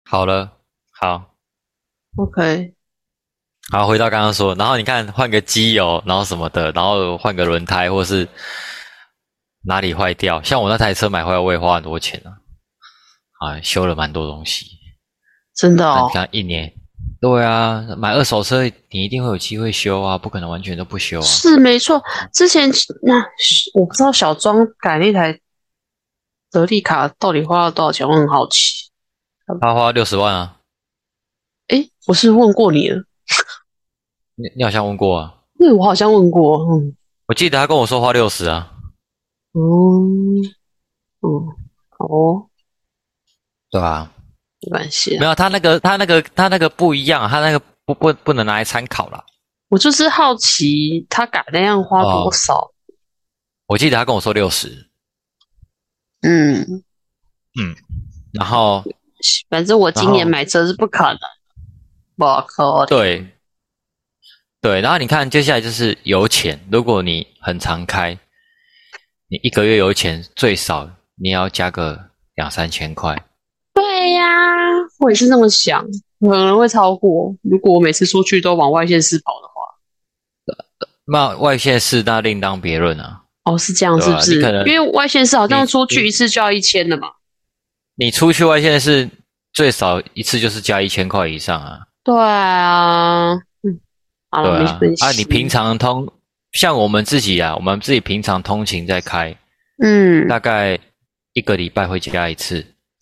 好了，好， OK， 好，回到刚刚说，然后你看换个机油，然后什么的，然后换个轮胎，或是哪里坏掉，像我那台车买回来，我也花很多钱啊，修了蛮多东西。那你真的哦， 看一年，对啊，买二手车你一定会有机会修啊，不可能完全都不修啊。 是没错。之前那我不知道小庄改那台德利卡到底花了多少钱，我很好奇。 他花60万啊， 诶，我是问过你了， 你好像问过啊， 因为我好像问过。 我记得他跟我说花60啊， 嗯嗯，好哦， 对吧？ 没关系啊。 没有，他那个不一样啊，他那个不能拿来参考啦。 我就是好奇他改那样花多哦， 少。 我记得他跟我说60， 嗯， 嗯，然后反正我今年然后买车是不可能，不可能。 对对，然后你看接下来就是油钱，如果你很常开，你一个月油钱最少你也要加个2、3千块。 对呀，我也是这么想，可能会超过。如果我每次出去都往外县市跑的话。 那外县市那另当别论啊， 哦，是这样， 对吧？你是不是？ 可能因为外县市好像你出去一你次就要1000的嘛。 你出去外县市最少一次就是加1000块以上啊， 对啊，好了，没对啊， 关你平系。 常像我们自己啊，我们自己平常通勤在开， 嗯， 大概一个礼拜会加一次，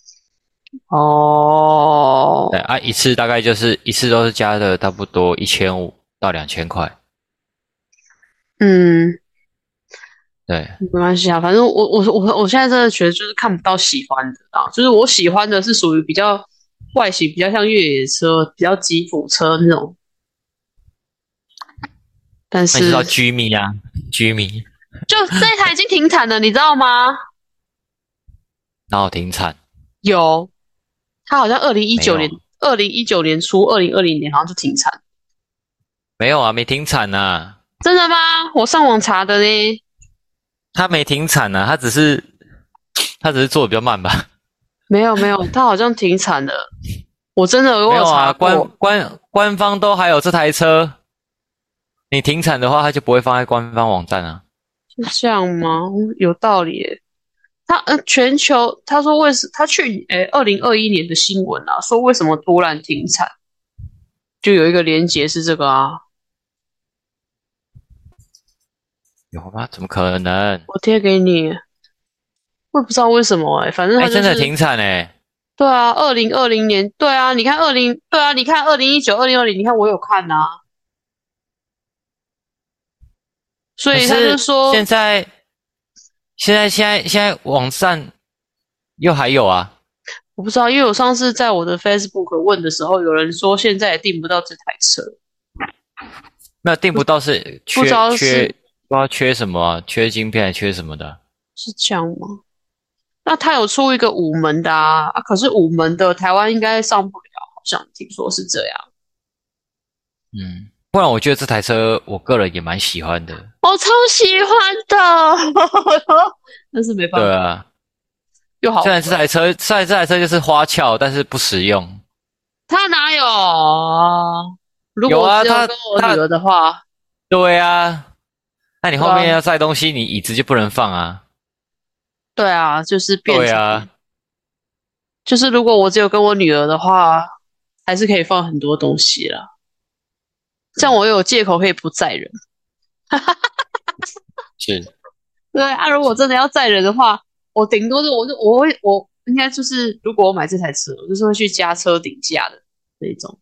对哦， 啊，一次都是加的差不多1500到2000块， 嗯， 对， 没关系啊，反正我现在真的觉得就是看不到喜欢的啊，就是我喜欢的是属于比较外形比较像越野车、比较吉普车那种，但是那你知道居民啊，居民， 就这一台已经停产了，你知道吗？ 然后停产， 有，它好像二零一九年、 没有啊， 2019年初、2020年好像就停产。 没有啊，没停产呐、 真的吗？我上网查的呢。 他没停产呐、他只是做的比较慢吧， 没有没有，它好像停产了。我真的我有没有啊， 查过， 官方都还有这台车，你停产的话，它就不会放在官方网站啊。 是这样吗？有道理耶。它全球他说他2021年的新闻啊，说为什么突然停产，就有一个连结是这个啊， 有吗？怎么可能？ 我贴给你，我也不知道为什么反正哎， 它就是真的停产哎！ 对啊，2020年对啊，你看对啊，你看2019、2020，你看我有看啊，所以他就可是现说在现在网站又还有啊， 我不知道，因为我上次在我的 Facebook 问的时候，有人说现在也订不到这台车， 没有订不到是不知道是不知道缺什么啊，缺晶片还缺什么的。 是这样吗？那他有出一个5门的可是5门的台湾应该上不了，好像听说是这样。 嗯，不然我觉得这台车我个人也蛮喜欢的。 我超喜欢的，但是没办法， 对啊， 又好贵。 虽然这台车就是花俏，但是不实用。 他哪有啊？如果有啊， 我只有跟我女儿的话， 对啊，那你对啊， 后面要载东西，你椅子就不能放啊。 对啊，就是变成， 对啊， 就是如果我只有跟我女儿的话，还是可以放很多东西啦。这样我有借口可以不载人。 是， 对啊，如果真的要载人的话，我顶多是我应该就是如果我买这台车，我就是会去加车顶价的那种。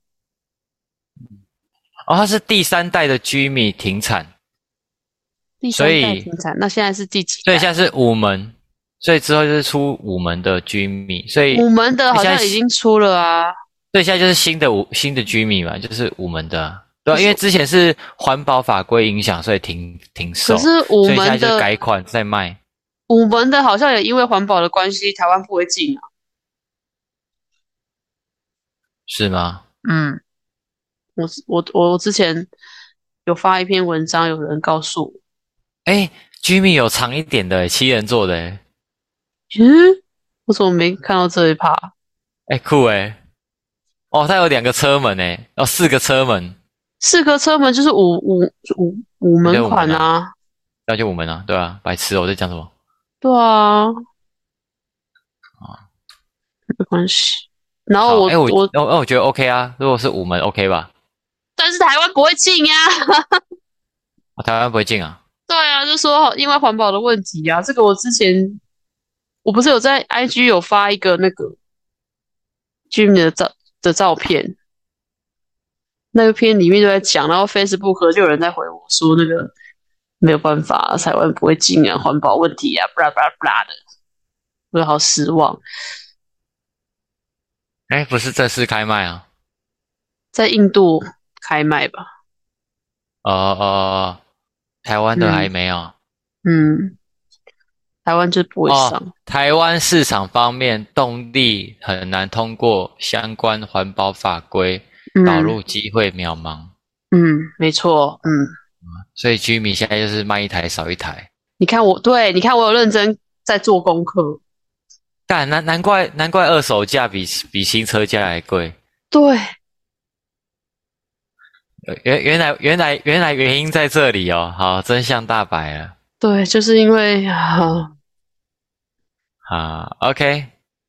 哦，它是第三代的 Jimmy 停产， 第三代所以停产，那现在是第几代？ 所以现在是五门，所以之后就是出五门的 Jimmy， 五门的好像已经出了啊。 所以现在就是新的 Jimmy 嘛，就是五门的啊对啊，因为可是之前是环保法规影响，所以停售， 可是五所以现在就是门的改款在卖， 五门的好像也因为环保的关系，台湾不会进啊。 是吗？ 嗯，我之前有发一篇文章，有人告诉我， 哎，Jimmy 有长一点的7人座的， 嗯，我怎么没看到这一趴？ 哎，酷哎， 哦，它有2个车门诶，哦4个车门， 四个车门就是五那门就我们啊， 款啊， 那就我们啊，对啊，白痴哦，我在讲什么？ 对啊，没关系。然后好，哎， 我， 我觉得 OK 啊，如果是5门 OK 吧？ 但是台湾不会进呀。 台湾不会进啊？ 对啊，就说因为环保的问题啊，这个我之前我不是有在 IG 有发一个那个 Jim 的照片，那个片里面就在讲，然后 Facebook 就有人在回我说那个没有办法啊，台湾不会进啊，环保问题啊，巴拉巴拉巴拉的，我就好失望。 哎，不是正式开卖啊？ 在印度开卖吧？ 呃，台湾的还嗯没有。 嗯，台湾就不会哦， 上。 台湾市场方面，动力很难通过相关环保法规，导嗯入机会渺茫， 嗯，没错。嗯， 所以居民现在就是卖一台少一台。 你看我，对，你看我有认真在做功课。 干，难怪二手价比新车价还贵。 对原来原因在这里哦，好，真相大白了对，就是因为啊， 啊，OK，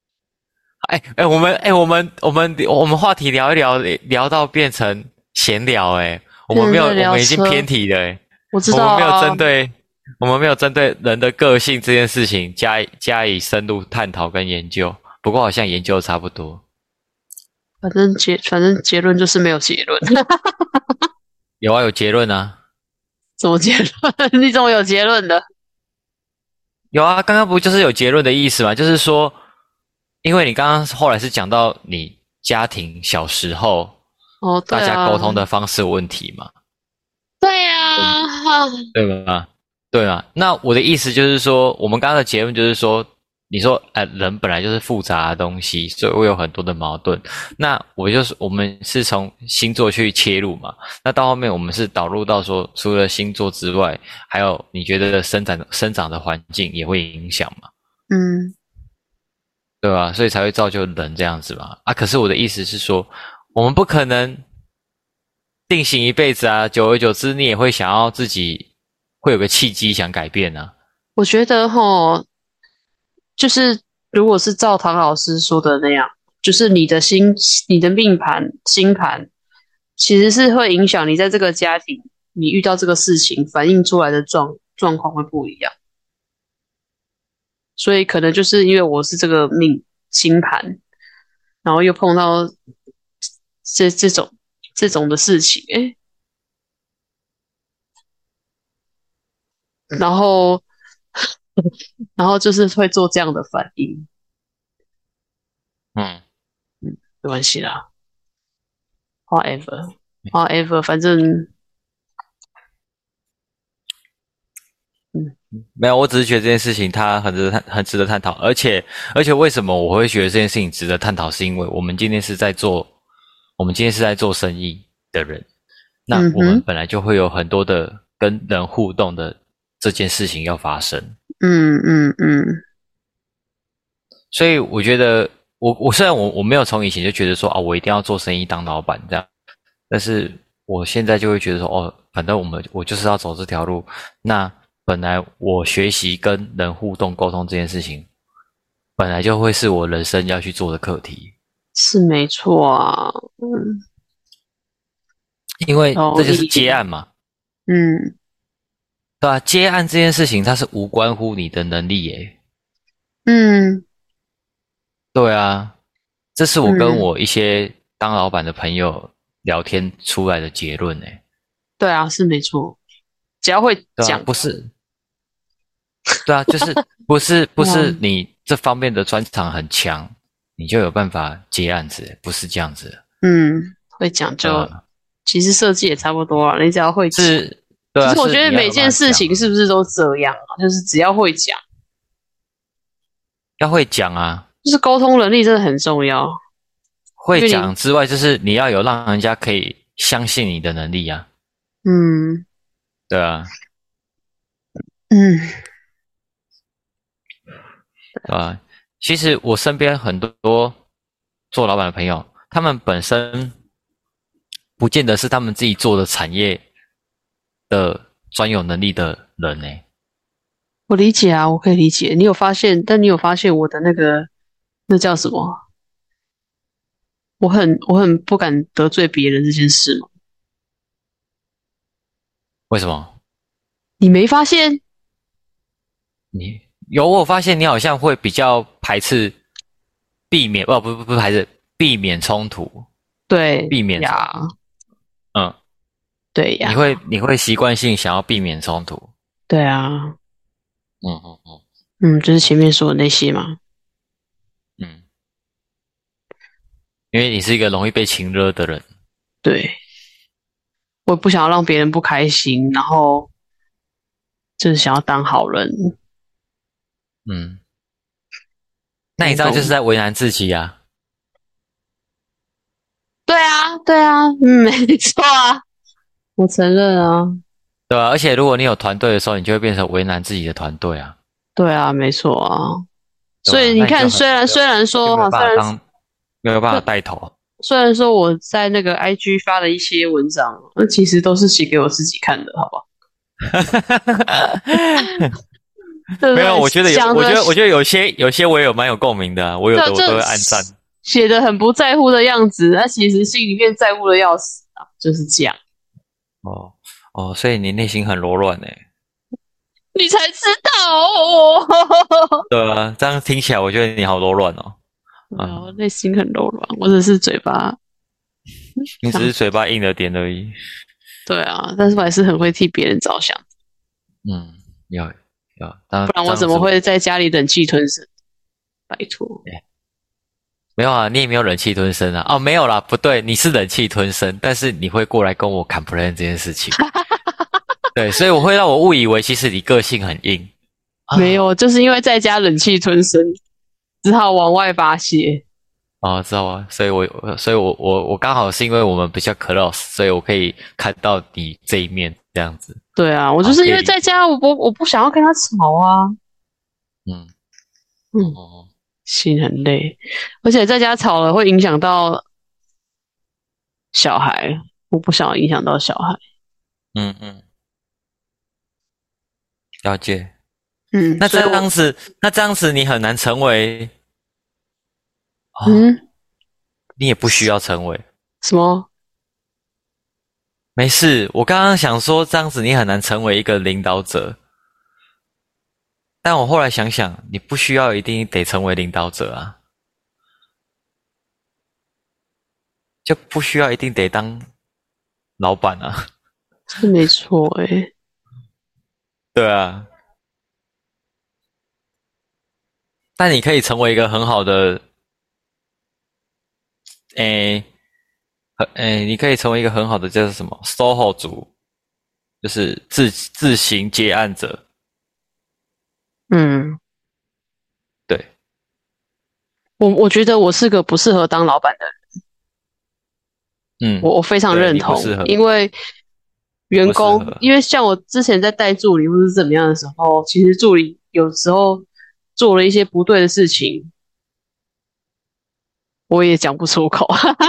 我们话题聊一聊，聊到变成闲聊，我们没有， 变成在我们已经聊车。 偏题了， 我知我们没有道啊， 针对人的个性这件事情加以深入探讨跟研究，不过好像研究得差不多。 反正结论就是没有结论。 有啊，有结论啊， 什么结论？你怎么有结论的？ 有啊，刚刚不就是有结论的意思吗？就是说，因为你刚刚后来是讲到你家庭小时候哦，对大家沟啊， 通的方式有问题嘛， 对对啊， 对吧？对啊，那我的意思就是说，我们刚刚的结论就是说，你说，人本来就是复杂的东西，所以会有很多的矛盾。那我们是从星座去切入嘛，那到后面我们是导入到说，除了星座之外，还有你觉得生长的环境也会影响嘛， 嗯， 对吧？所以才会造就人这样子嘛。啊，可是我的意思是说，我们不可能定型一辈子啊，久而久之，你也会想要自己会有个契机想改变啊。 我觉得哈，就是如果是照唐老师说的那样，就是你的命盘、星盘，其实是会影响你在这个家庭，你遇到这个事情反映出来的状况会不一样。所以可能就是因为我是这个星盘，然后又碰到这种的事情，诶，然后然后就是会做这样的反应。 嗯。 嗯，没关系啦，whatever，反正嗯没有，我只是觉得这件事情它很值得探讨，而且为什么我会觉得这件事情值得探讨，是因为我们今天是在做生意的人，那我们嗯哼本来就会有很多的跟人互动的这件事情要发生， 嗯， 所以我觉得我虽然我没有从以前就觉得说啊我一定要做生意当老板这样，但是我现在就会觉得说哦，反正我就是要走这条路，那本来我学习跟人互动沟通这件事情，本来就会是我人生要去做的课题， 是没错啊，嗯， 因为这就是同意， 接案嘛， 嗯对吧？接案这件事情它是无关乎你的能力耶， 嗯对啊，这是我跟嗯， 我一些当老板的朋友聊天出来的结论诶， 对啊，是没错，只要会对啊， 讲， 不是，对啊，就是不是嗯你这方面的专长很强，你就有办法接案子，不是这样子的， 会讲就， 呃， 其实设计也差不多啊，你只要会讲。 是，对啊， 其实我是觉得每件你要有办法讲啊， 事情是不是都这样啊？就是只要会讲， 要会讲啊， 就是沟通能力真的很重要。因会为你， 讲之外，就是你要有让人家可以相信你的能力啊， 嗯对啊， 嗯对吧？其实我身边很多做老板的朋友， 他们本身不见得是他们自己做的产业的专有能力的人呢。 我理解啊，我可以理解。你有发现？但你有发现我的那叫什么？我很不敢得罪别人这件事吗？ 为什么？ 你没发现？ 我发现你好像会比较排斥，避免不排斥，避免冲突， 对避免冲突。 呀， 嗯， 对呀， 你会习惯性想要避免冲突。 对啊， 嗯嗯嗯就是前面说的那些嘛。 嗯，因为你是一个容易被情勒的人。 对，我不想要让别人不开心，然后就是想要当好人。 嗯，那你这样就是在为难自己啊。 对啊，对啊，没错啊，我承认啊。 对吧？而且如果你有团队的时候，你就会变成为难自己的团队啊。 对啊，没错啊。 对吧？ 所以你看，虽然说哈， 就没有办法当，没有办法带头。 虽然说我在那个 IG 发的一些文章，那其实都是写给我自己看的，好不好？对不没有， 对？ 我觉得有些我也有蛮有共鸣的啊，我有的我都会按赞。 写的很不在乎的样子，那其实心里面在乎的要死啊，就是这样。 哦哦，所以你内心很柔软诶。 你才知道哦。 对啊，这样听起来我觉得你好柔软哦。 我内心很柔软，我只是嘴巴， 你只是嘴巴硬了点而已。 对啊，但是我还是很会替别人着想。 嗯，要， 不然我怎么会在家里忍气吞声？拜托。 没有啊，你也没有忍气吞声啊。哦，没有啦，不对，你是忍气吞声，但是你会过来跟我 complain 这件事情。对，所以我会让我误以为其实你个性很硬。 没有，就是因为在家忍气吞声，只好往外发泄。 哦，知道吗？所以我刚好是因为我们比较 close，所以我可以看到你这一面这样子。 对啊，我就是因为在家，我不想要跟他吵啊。 嗯心很累，而且在家吵了会影响到小孩，我不想要影响到小孩。 嗯，了解。那所以这样子你很难成为你也不需要成为。 什么？ 没事，我刚刚想说这样子你很难成为一个领导者，但我后来想想，你不需要一定得成为领导者啊，就不需要一定得当老板啊。 是没错欸。 对啊，但你可以成为一个很好的，诶你可以成为一个很好的叫做什么 SOHO 族，就是自行接案者。 嗯， 对， 我觉得我是个不适合当老板的人。我非常对， 认同， 你不适合， 因为员不适工， 合。 因为像我之前在带助理或是怎么样的时候，其实助理有时候做了一些不对的事情，我也讲不出口。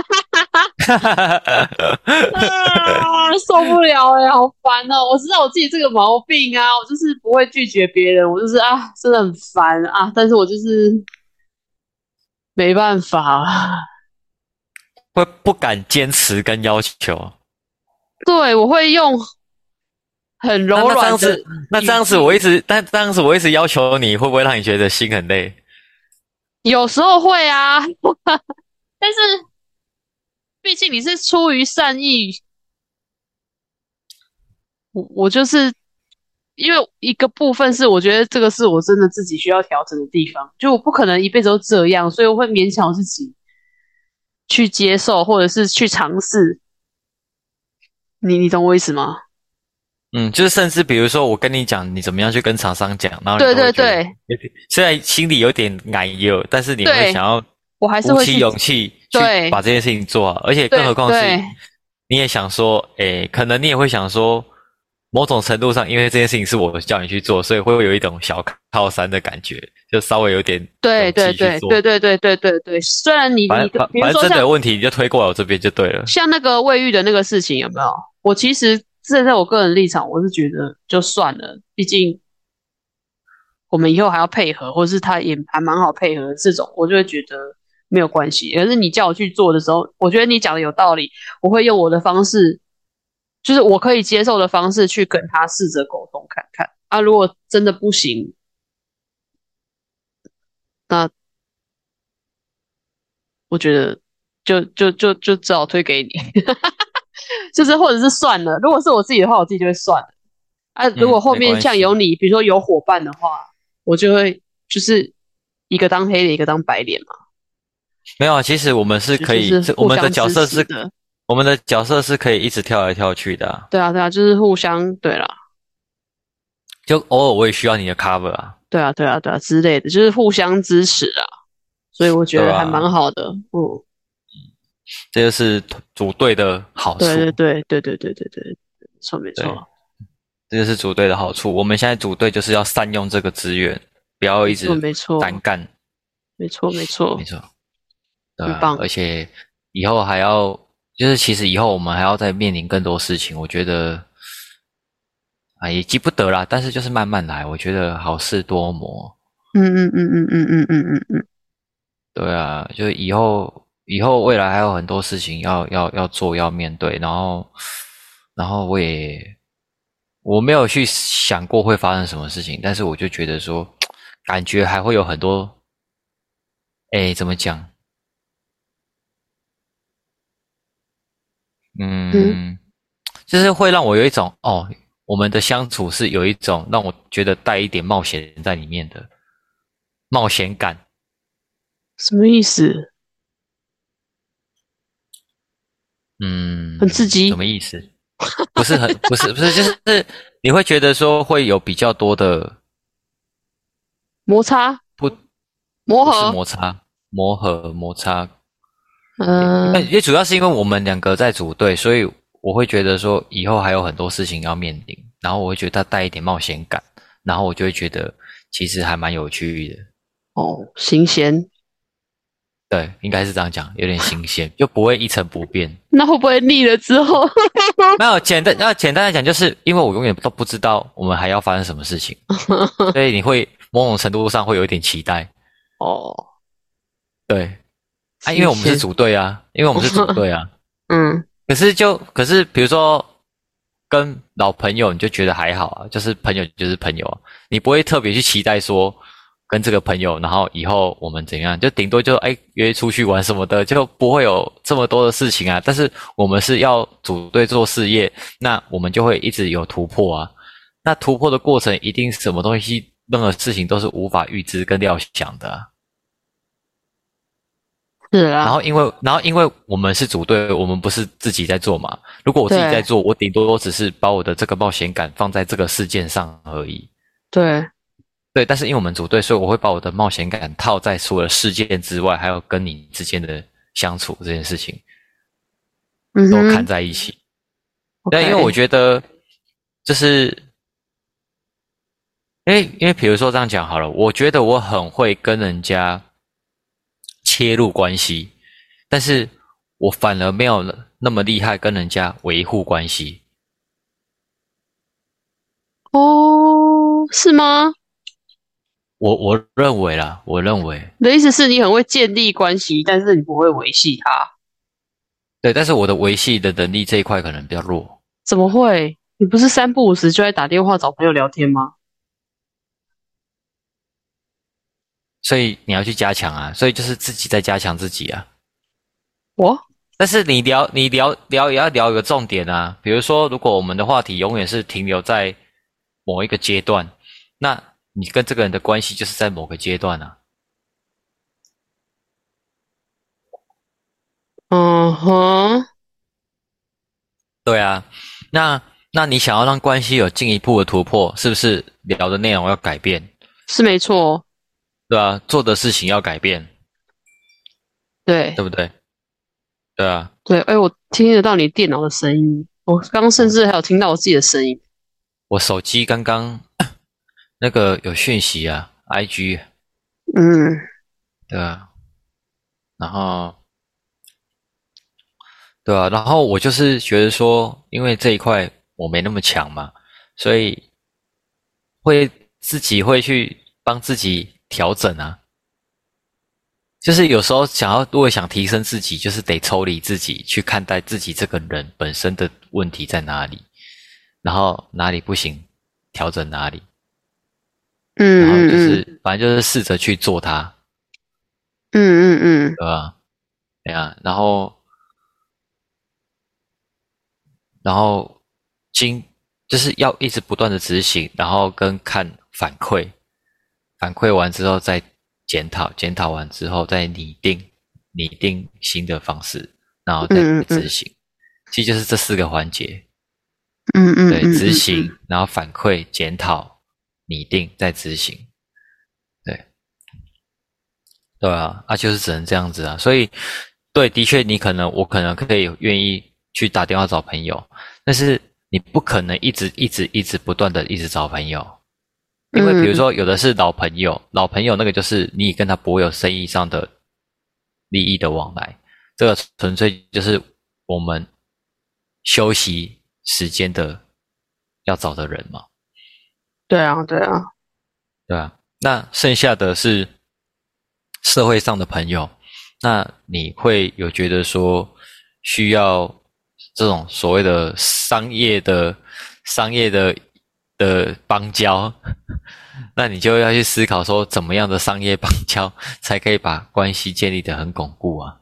受不了好烦哦！我知道我自己这个毛病啊，我就是不会拒绝别人，我就是真的很烦啊，但是我就是没办法。 会不敢坚持跟要求。 对，我会用很柔软的那这样子这样子我一直要求你，会不会让你觉得心很累？ 有时候会啊，但是毕竟你是出于善意，我就是因为一个部分是我觉得这个是我真的自己需要调整的地方，就我不可能一辈子都这样，所以我会勉强自己去接受或者是去尝试。你懂我意思吗？ 就是甚至比如说我跟你讲，你怎么样去跟厂商讲，然后你对都会觉得对对虽然心里有点担忧，但是你会对， 想要我还是鼓起会去勇气去对把这件事情做好，而且更何况是对你也想说，可能你也会想说， 某种程度上，因为这件事情是我叫你去做，所以会有一种小靠山的感觉，就稍微有点对对勇气去做。 对对对对对对对，虽然你比如反正说像真的有问题，你就推过来我这边就对了。 像那个卫浴的那个事情有没有？我其实站在我个人立场，我是觉得就算了，毕竟我们以后还要配合，或是他也还蛮好配合的这种，我就会觉得没有关系。可是你叫我去做的时候，我觉得你讲的有道理，我会用我的方式，就是我可以接受的方式去跟他试着沟通看看啊。如果真的不行，那我觉得就只好推给你，就是或者是算了。如果是我自己的话，我自己就会算了。啊，如果后没面关系。 像有你，比如说有伙伴的话，我就会就是一个当黑脸，一个当白脸嘛， 没有啊，其实我们是可以， 就是我们的互相支角色是， 持的。 我们的角色是可以一直跳来跳去的啊， 对啊，对啊，就是互相，对啦， 就偶尔我也需要你的 cover 啊， 对啊，对啊，对啊之类的，就是互相支持啊，所以我觉对得还蛮吧？ 好的。嗯， 这就是组队的好对处。 对对对对对对对，没错没对， 错这就是组队的好处。我们现在组队就是要善用这个资源，不要没错一直没错单干。 没错没错， 没错，对啊， 很棒。 而且以后还要，就是其实以后我们还要再面临更多事情，我觉得啊也急不得啦，但是就是慢慢来，我觉得好事多磨。 嗯嗯嗯嗯嗯嗯嗯嗯嗯， 对啊，就以后未来还有很多事情要做要面对，然后我没有去想过会发生什么事情，但是我就觉得说，感觉还会有很多，哎，怎么讲？ 嗯， 嗯，就是会让我有一种哦，我们的相处是有一种让我觉得带一点冒险在里面的冒险感。 什么意思？很刺嗯，什激， 么意思？不是，就是你会觉得说会有比较多的摩擦不不是磨合， 摩擦， 嗯、 也主要是因为我们两个在组队，所以我会觉得说以后还有很多事情要面临，然后我会觉得它带一点冒险感，然后我就会觉得其实还蛮有趣的。 哦，新鲜， 对，应该是这样讲，有点新鲜，就不会一成不变。 那会不会腻了之后？ 没有简单来讲，就是因为我永远都不知道我们还要发生什么事情，所以你会某种程度上会有一点期待。 哦， 对啊，因为我们是新鲜， 组队啊，因为我们是组队啊。 嗯， 可是比如说跟老朋友，你就觉得还好啊，就是朋友就是朋友啊，你不会特别去期待说跟这个朋友，然后以后我们怎样，就顶多就约出去玩什么的，就不会有这么多的事情啊。但是我们是要组队做事业，那我们就会一直有突破啊。那突破的过程一定什么东西，任何事情都是无法预知跟料想的啊。 是啊， 然后因为我们是组队，我们不是自己在做嘛。如果我自己在对做，我顶多只是把我的这个冒险感放在这个事件上而已。 对， 对，但是因为我们组队，所以我会把我的冒险感套在所有的事件之外，还有跟你之间的相处这件事情都看嗯哼在一起。对，因为我 ，OK， 觉得就是因为比如说这样讲好了，我觉得我很会跟人家切入关系，但是我反而没有那么厉害跟人家维护关系。 哦，是吗？ 我认为啦，我认为你的意思是你很会建立关系，但是你不会维系它？ 对，但是我的维系的能力这一块可能比较弱， 怎么会？你不是3不5时就在打电话找朋友聊天吗？ 所以你要去加强啊，所以就是自己在加强自己啊。 我但是你聊也要聊一个重点啊，比如说，如果我们的话题永远是停留在某一个阶段，那你跟这个人的关系就是在某个阶段啊。 嗯哼， 对啊，那那你想要让关系有进一步的突破，是不是聊的内容要改变？ 是没错， 对啊，做的事情要改变， 对对不对？对啊， 对，哎，我听得到你电脑的声音，我刚刚甚至还有听到我自己的声音。 我手机刚刚那个有讯息啊，IG， 嗯对啊，然后对啊，然后我就是觉得说，因为这一块我没那么强嘛，所以会自己会去帮自己调整啊。就是有时候如果想提升自己，就是得抽离自己去看待自己这个人本身的问题在哪里，然后哪里不行，调整哪里，然后就嗯嗯是反正就是试着去做它， 嗯嗯嗯对吧？对啊，然后就是要一直不断的执行，然后跟看反馈，反馈完之后再检讨，检讨完之后再拟定新的方式，然后再嗯嗯嗯执行。其实就是这四个环节， 嗯嗯对， 嗯嗯执行， 嗯， 然后反馈、检讨、拟定，再执行，对，对啊，就是只能这样子啊。所以，对，的确，我可能可以愿意去打电话找朋友，但是你不可能一直不断的一直找朋友，因为比如嗯说有的是老朋友，老朋友那个就是你跟他不会有生意上的利益的往来，这个纯粹就是我们休息时间的要找的人嘛， 对啊对啊， 对吧？那剩下的是社会上的朋友，那你会有觉得说需要这种所谓的商业的邦交，那你就要去思考说怎么样的商业邦交才可以把关系建立得很巩固啊？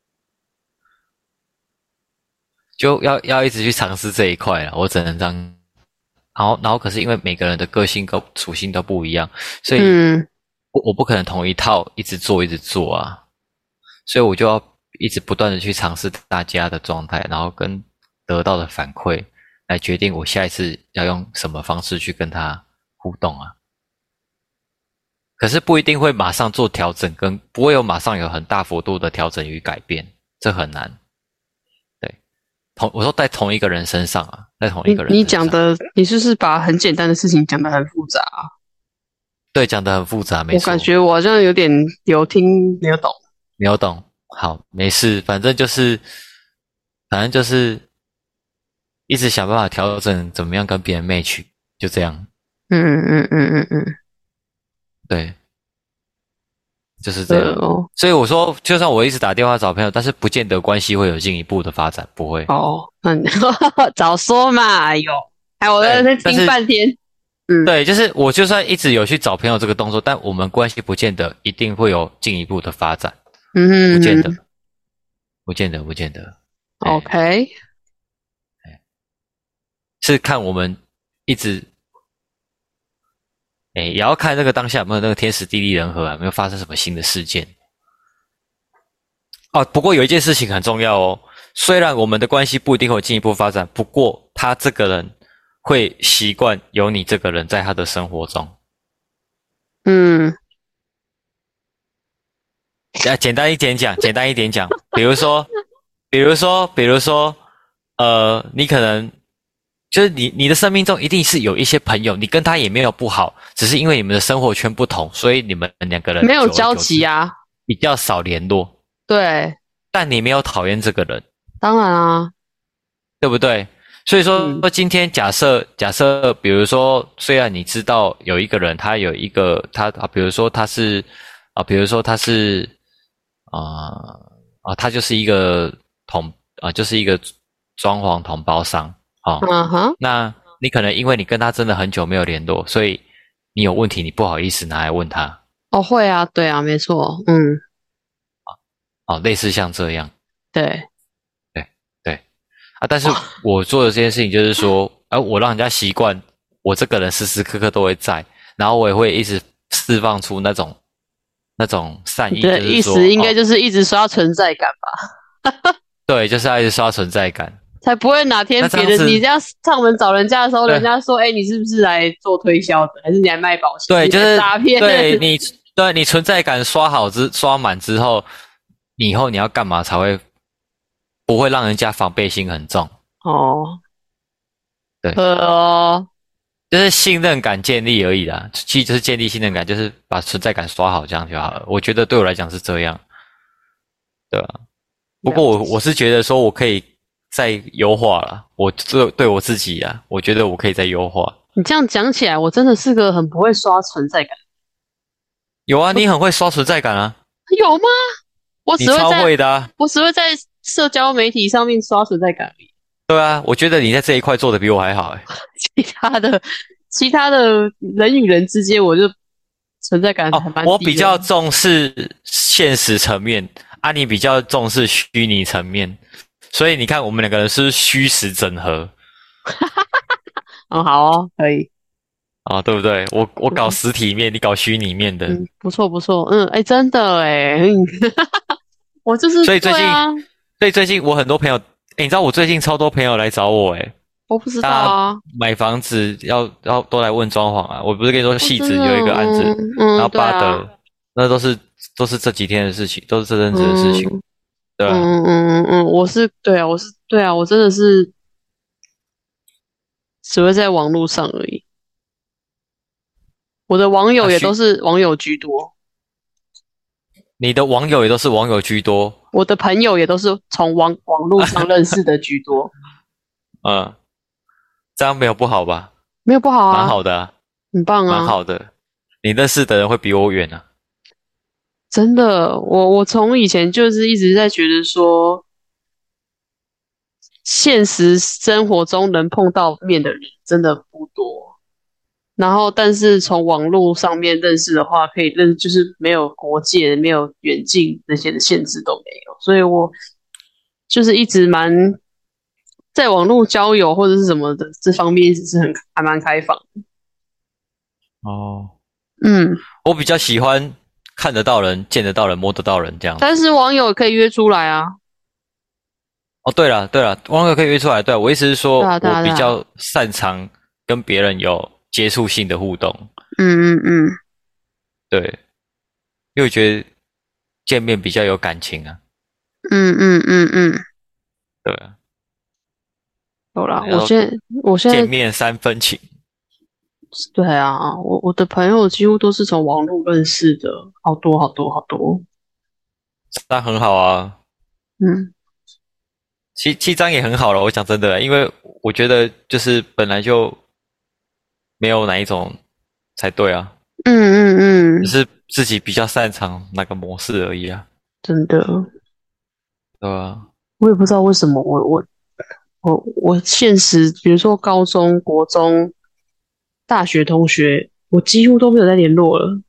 就要一直去尝试这一块啊，我只能这样。然后可是因为每个人的个性跟属性都不一样，所以嗯我不可能同一套一直做啊。所以我就要一直不断的去尝试大家的状态，然后跟得到的反馈来决定我下一次要用什么方式去跟他互动啊。可是不一定会马上做调整，跟不会马上有很大幅度的调整与改变，这很难。对，我说在同一个人身上啊，在同一个人你身上， 讲的，你就是把很简单的事情讲得很复杂啊， 对，讲得很复杂，没我感错， 觉我好像有点有听没有懂。 没有懂。好，没事，反正就是一直想办法调整，怎么样跟别人 match，就这样。 嗯嗯嗯嗯嗯， 对，就是这样。 哦所以我说，就算我一直打电话找朋友，但是不见得关系会有进一步的发展，不会。 哦，那你早说嘛，哎呦，哎，我在对， 那听但是半天。嗯对，就是我就算一直有去找朋友这个动作，但我们关系不见得一定会有进一步的发展，不见得， 嗯嗯不见得。哎 ，OK， 哎，是看我们一直也要看那个当下有没有那个天时地利人和啊，有没有发生什么新的事件。哦，不过有一件事情很重要哦。虽然我们的关系不一定会有进一步发展，不过他这个人会习惯有你这个人在他的生活中。 嗯简单一点讲，比如说，你可能就是你的生命中一定是有一些朋友，你跟他也没有不好，只是因为你们的生活圈不同，所以你们两个人没有交久而久之集啊， 比较少联络。 对， 但你没有讨厌这个人， 当然啊， 对不对？所以说， 嗯今天假设，比如说，虽然你知道有一个人，他有一个他啊，比如说他是比如说他是他就是一个就是一个装潢统包商啊， 嗯哼， 那你可能因为你跟他真的很久没有联络，所以你有问题你不好意思拿来问他， 哦会啊，对啊，没错， 类似像这样， 对， 对对但是哇， 我做的这件事情就是说，我让人家习惯我这个人时时刻刻都会在，然后我也会一直释放出那种善意， 你的就是说， 意思应该就是一直刷存在感吧， 对，就是要一直刷存在感。 才不会哪天那这样子， 别人你这样上门找人家的时候，人对家说，哎，你是不是来做推销的，还是你来卖保险， 对， 你来就是诈骗？ 对你存在感刷满之后，你以后你要干嘛才会不会让人家防备心很重？ 哦， 对哦， 就是信任感建立而已啦，其实就是建立信任感，就是把存在感刷好，这样就好了。我觉得对我来讲是这样，对吧？不过我是觉得说我可以再优化了，我对我自己啊，我觉得我可以再优化。 你这样讲起来，我真的是个很不会刷存在感。 有啊，你很会刷存在感啊， 有吗？我你超只会在， 会的啊。 我只会在社交媒体上面刷存在感而已。 对啊，我觉得你在这一块做的比我还好哎。 其他的人与人之间，我就存在感还哦，我比蛮低的。 较重视现实层面，啊，你比较重视虚拟层面，所以你看我们两个人是虚实整合哦，好哦，可以。 啊，对不对？我搞嗯实体面，你搞虚拟面的， 嗯，不错不错。哎，真的哎，我就是所以最近， 对啊， 所以最近我很多朋友，你知道我最近超多朋友来找我我不知道大家啊。 买房子要都来问装潢啊，我不是跟你说哦， 戏子真的， 有一个案子，然后对啊， 巴德那都是这几天的事情，都是这阵子的事情， 嗯对吧？ 我是对啊，我真的是只会在网络上而已。我的网友也都啊是网友居多， 你的网友也都是网友居多， 我的朋友也都是从网络上认识的居多， 嗯，这样没有不好吧？ 没有不好蛮啊， 好的啊，蛮很棒啊， 好的。你认识的人会比我远啊。 真的。我从以前就是一直在觉得说，现实生活中能碰到面的人真的不多。然后，但是从网络上面认识的话，可以认，就是没有国界、没有远近那些的限制都没有，所以我就是一直在网络交友或者是什么的这方面，一直是还蛮开放的。 哦， 嗯， 我比较喜欢看得到人、见得到人、摸得到人这样子。 但是网友可以约出来啊。 哦，对了对了，网友可以约出来。对，我意思是说， 对啊，对啊，对啊。 我比较擅长跟别人有接触性的互动。 嗯嗯嗯对，因为我觉得见面比较有感情啊。 嗯， 对啊， 有啦。 然后我现在见面三分情。 对啊，我的朋友几乎都是从网络认识的，好多好多好多。 那很好啊。 嗯七张也很好了。我讲真的，因为我觉得就是本来就没有哪一种才对啊，只是自己比较擅长哪个模式而已啊， 真的。 对吧？ 我也不知道为什么我现实，比如说高中、国中、大学同学，我几乎都没有在联络了。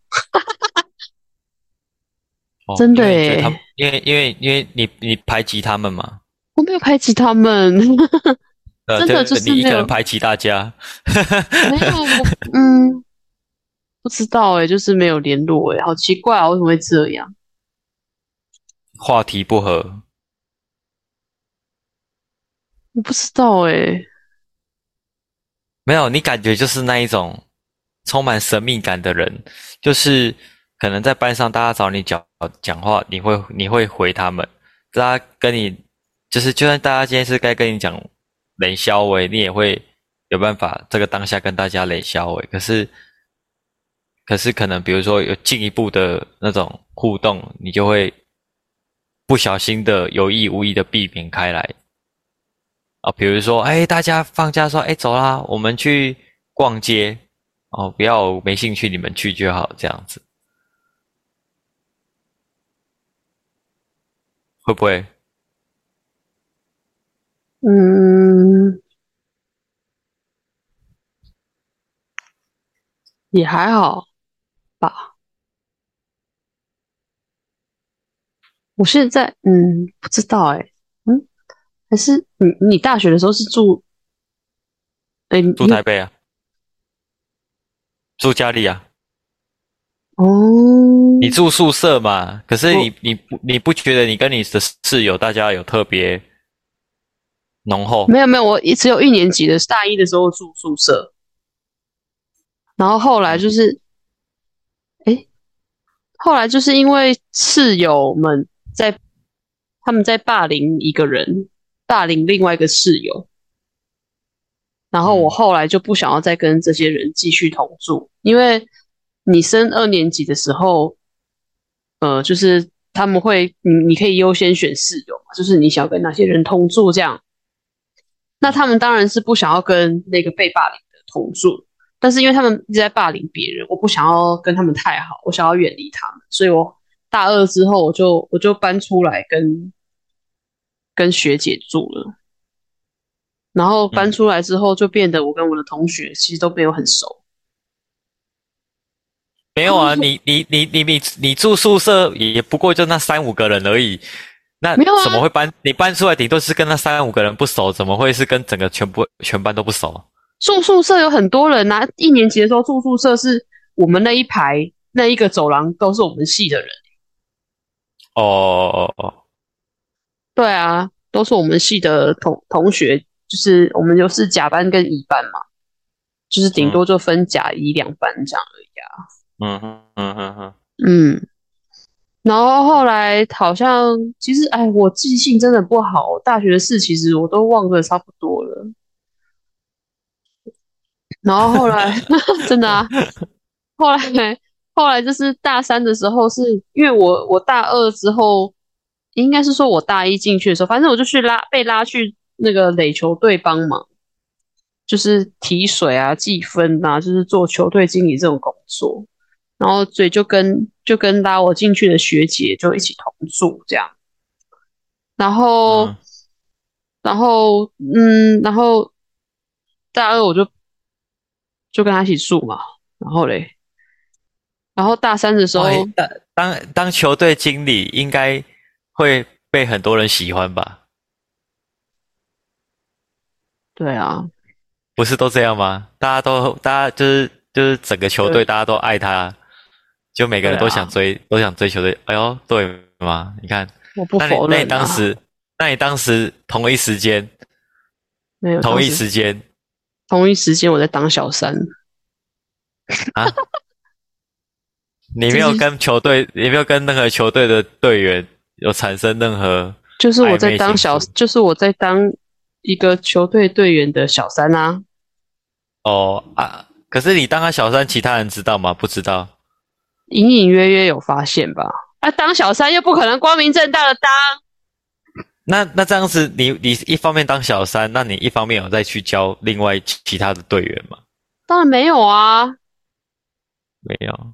哦， 真的因为你觉得他们， 诶， 因为你排挤他们嘛， 我没有排挤他们，真的就就是你一是没有个人排挤大家， 没有不知道诶，就是没有联络诶，好奇怪啊，为什么会这样？ 话题不合。 我不知道诶。 没有，你感觉就是那一种充满神秘感的人，就是可能在班上大家找你讲话，你会回他们，大家跟你就是就算大家今天是该跟你讲冷笑话，你也会有办法这个当下跟大家冷笑话。可是可能比如说有进一步的那种互动，你就会不小心的有意无意的避免开来。啊，比如说，哎，大家放假说，哎，走啦，我们去逛街，哦，不要我没兴趣，你们去就好，这样子，会不会？ 嗯，也还好吧。我现在不知道诶。嗯，还是你大学的时候是住诶你住台北啊，住家里啊，你哦， 住宿舍嘛？可是我你不觉得你跟你的室友大家有特别浓厚？ 没有没有，我只有一年级的大一的时候住宿舍，然后后来就是诶，后来就是因为室友们他们在霸凌一个人，霸凌另外一个室友， 然后我后来就不想要再跟这些人继续同住，因为你升2年级的时候，就是他们会，你可以优先选室友嘛，就是你想要跟哪些人同住这样。那他们当然是不想要跟那个被霸凌的同住，但是因为他们一直在霸凌别人，我不想要跟他们太好，我想要远离他们，所以我大二之后我就搬出来跟学姐住了。然后搬出来之后，就变得我跟我的同学其实都没有很熟。 没有啊，你住宿舍也不过就那3-5个人而已，那没有啊， 怎么会你搬出来顶多是跟那3-5个人不熟，怎么会是跟整个全班都不熟？ 住宿舍有很多人啊，1年级的时候住宿舍是我们那一排那一个走廊都是我们系的人。 哦， 对啊，都是我们系的同学，就是我们就是甲班跟乙班嘛，就是顶多就分甲乙2班这样而已啊。 嗯哼嗯哼哼， 嗯，然后后来好像其实哎，我记性真的不好，大学的事其实我都忘得差不多了。然后后来真的啊，后来后来就是大三的时候是，因为我大二之后，应该是说我大一进去的时候，反正我就被拉去那个垒球队帮忙，就是提水啊、计分啊，就是做球队经理这种工作。然后所以就跟拉我进去的学姐就一起同住这样。然后嗯， 然后大二我就跟他一起住嘛。然后嘞，然后大三的时哇， 候， 当球队经理应该会被很多人喜欢吧？ 对啊， 不是都这样吗？大家就是整个球队对大家都爱他，就每个人啊， 都想追球队。哎呦，对吗？你看， 我不否那你那你认啊， 当时那你当时没有， 同一当时时间同一时间我在当小三， 啊，你没有就是跟球队，也没有跟任何球队的队员有产生任何就是我暧在当小， 昧情愫就是我在当一个球队队员的小三啊。 哦啊？可是你当他小三，其他人知道吗？不知道。 隐隐约约有发现吧？啊，当小三又不可能光明正大的当， 那这样子，你一方面当小三，那你一方面有再去教另外其他的队员吗？ 当然没有啊。 没有，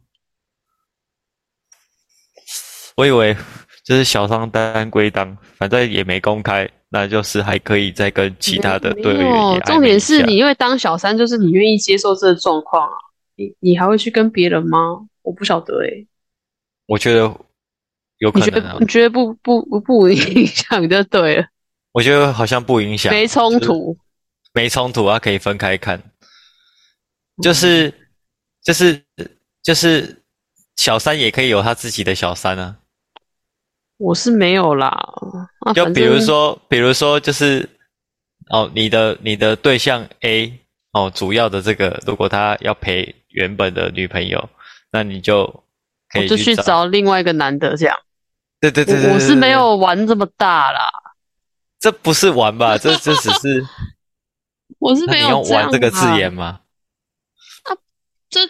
我以为就是小三当归当，反正也没公开，那就是还可以再跟其他的队员也没有， 暧重点是昧一下。 你因为当小三，就是你愿意接受这个状况啊。你还会去跟别人吗？我不晓得诶、 我觉得有你可能啊， 觉得你觉得不影响就对了， 我觉得好像不影响， 没冲就是突。 没冲突啊，可以分开看。就嗯， 是就是就是小三也可以有他自己的小三啊。 我是没有啦。啊， 就反正比如说就是哦，你的对象 A 哦，主要的这个，如果他要陪原本的女朋友，那你就可我就去以去找。 找另外一个男的这样。 对对对对我是没对对对， 有玩这么大啦， 这不是玩吧？这只是， 我是那你没有这用玩这个字样啊。 眼吗？ 啊，这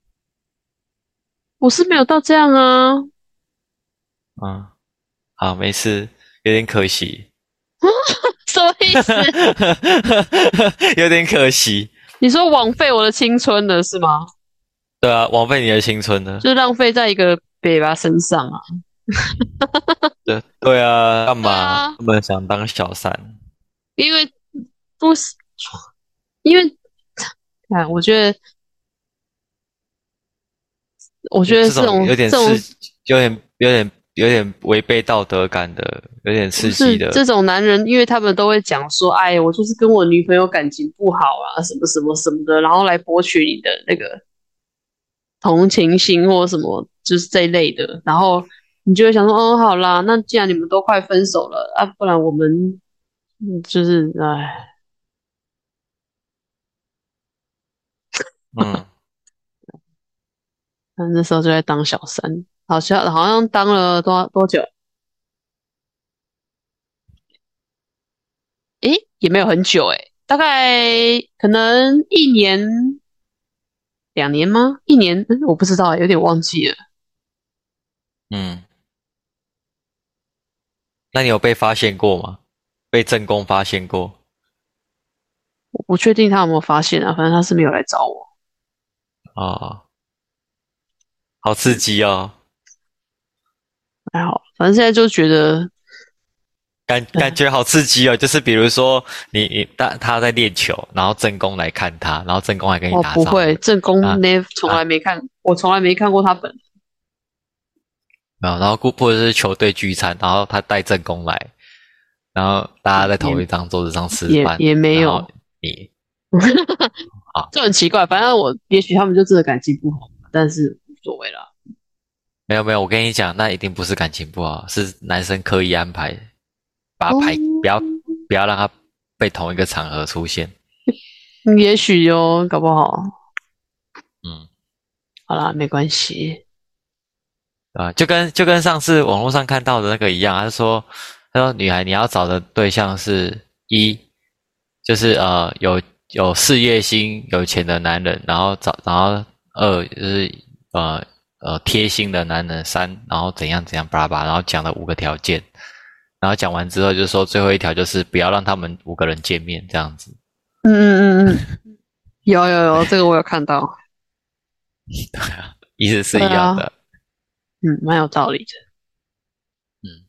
我是没有到这样啊。 嗯，好，没事，有点可惜， 什么意思？ 有点可惜。 你说枉费我的青春了是吗？ 对啊，枉费你的青春了。 就浪费在一个北巴身上啊。 对对啊，干嘛？ 对啊， 他们想当小三？ 因为不是，因为看，我觉得这种这种这种有点违背道德感的，有点不刺激的。 是这种男人，因为他们都会讲说，哎，我就是跟我女朋友感情不好啊，什么什么什么的，然后来博取你的那个同情心或什么，就是这一类的，然后你就会想说，哦，好啦，那既然你们都快分手了啊，不然我们就是哎。 嗯， 那时候就在当小三，好像当了多久？诶，也没有很久诶， 大概可能1年、2年吗？1年，我不知道，有点忘记了。 嗯，那你有被发现过吗？被正宫发现过？ 我不确定他有没有发现啊，反正他是没有来找我。 哦，好刺激哦！ 还好，反正现在就觉得， 感觉好刺激哦！就是比如说他在练球，然后正宫来看他，然后正宫还跟你我不会， 打招呼正宫啊从来啊， 没看，我从来没看过他本人。 没有，然后或者是球队聚餐，然后他带正宫来，然后大家在也同一张桌子上吃饭， 也没然后有， 你啊， 就很奇怪。反正也许他们就真的感情不好，但是无所谓啦。 没有没有，我跟你讲，那一定不是感情不好，是男生刻意安排，把他排哦， 不要让他被同一个场合出现。 也许哦，搞不好。 嗯， 好啦，没关系。 啊，就跟上次网络上看到的那个一样，他说女孩你要找的对象是一，就是有事业心、有钱的男人，然后二就是贴心的男人，三然后怎样怎样巴拉巴拉，然后讲了5个条件，然后讲完之后就说最后一条就是不要让他们5个人见面这样子。 嗯嗯嗯嗯，有，这个我有看到。 对啊，意思是对啊， 一样的。 蛮有道理的。 嗯，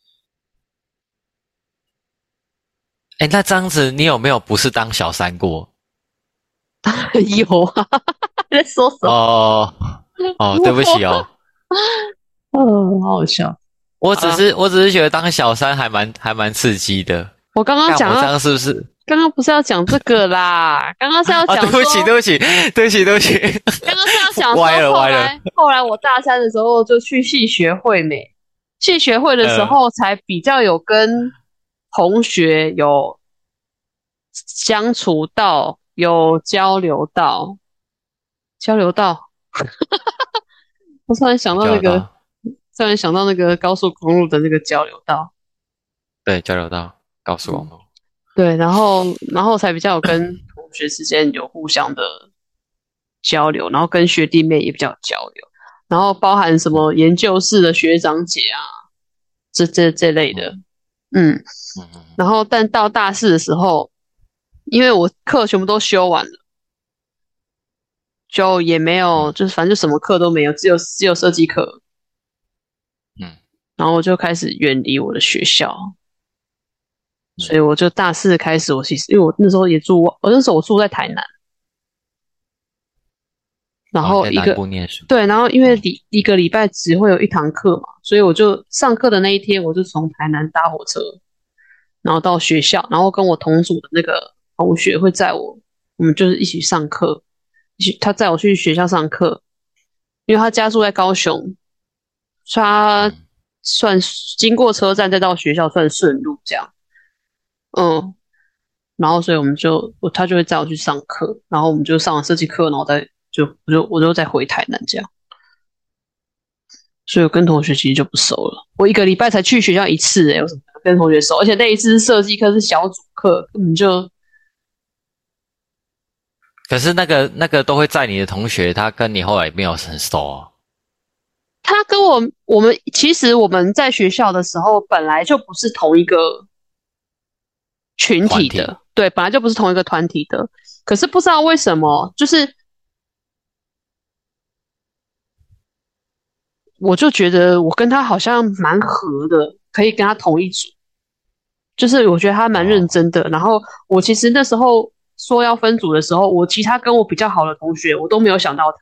哎，那这样子你有没有不是当小三过？ 有啊，在说什么？ 哦哦，对不起哦， 好好笑。 我好啦， 只是我只是觉得当小三还蛮刺激的。 我刚刚干我这讲到， 样是不是？ 刚刚不是要讲这个啦，刚刚是要啊，对讲说， 不起，对不起，对不起，对不起， 刚刚是要讲说， 歪了后歪了。 来后来我大三的时候就去系学会没，系学会的时呃， 候才比较有跟同学有相处到，有交流到。我突然想到那个， 交流道， 突然想到那个高速公路的那个交流道。 对，交流道，高速网嗯， 络。 对，然后才比较有跟同学之间有互相的交流，然后跟学弟妹也比较有交流，然后包含什嗯么研究室的学长姐啊，这类的。 嗯嗯， 嗯然后但到大四的时候，因为我课全部都修完了，就也没有， 嗯就是反正就什么课都没有，只有设计课， 嗯然后我就开始远离我的学校。所以嗯， 我就大四开始，我其实因为我那时候也住，我那时候我住在台南，然哦，你在南后部念书。 对，然后因为嗯一个礼拜只会有一堂课嘛，所以我就上课的那一天，我就从台南搭火车，然后到学校，然后跟我同组的那个同学会载我，我们就是一起上课，他载我去学校上课，因为他家住在高雄，所以他嗯算经过车站再到学校算顺路这样。嗯，然后所以他就会载我去上课，然后我们就上完设计课，然后我就再回台南这样，所以我跟同学其实就不熟了。我一个礼拜才去学校一次，我怎么可能跟同学熟？而且那一次设计课是小组课，根本就可是那个都会在你的同学，他跟你后来没有很熟哦。 他跟我们其实我们在学校的时候本来就不是同一个群团体。 体的，对，本来就不是同一个团体的。可是不知道为什么，就是我就觉得我跟他好像蛮合的，可以跟他同一组。就是我觉得他蛮认哦， 真的。然后我其实那时候说要分组的时候，我其他跟我比较好的同学，我都没有想到他，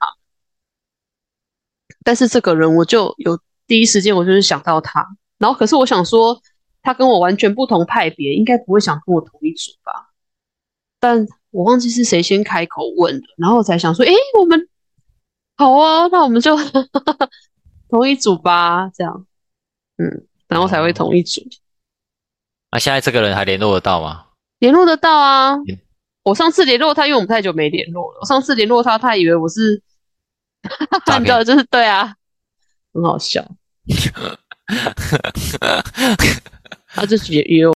但是这个人我就有第一时间我就是想到他。然后可是我想说，他跟我完全不同派别，应该不会想跟我同一组吧？但我忘记是谁先开口问的，然后我才想说，诶，我们好啊，那我们就同一组吧，这样，然后才会哦， 同一组。 那现在这个人还联络得到吗？ 联络得到啊。 嗯我上次联络他，因为我们太久没联络了。我上次联络他，他以为我是， 诈你知道， 骗。 就是对啊，很好笑。他就以为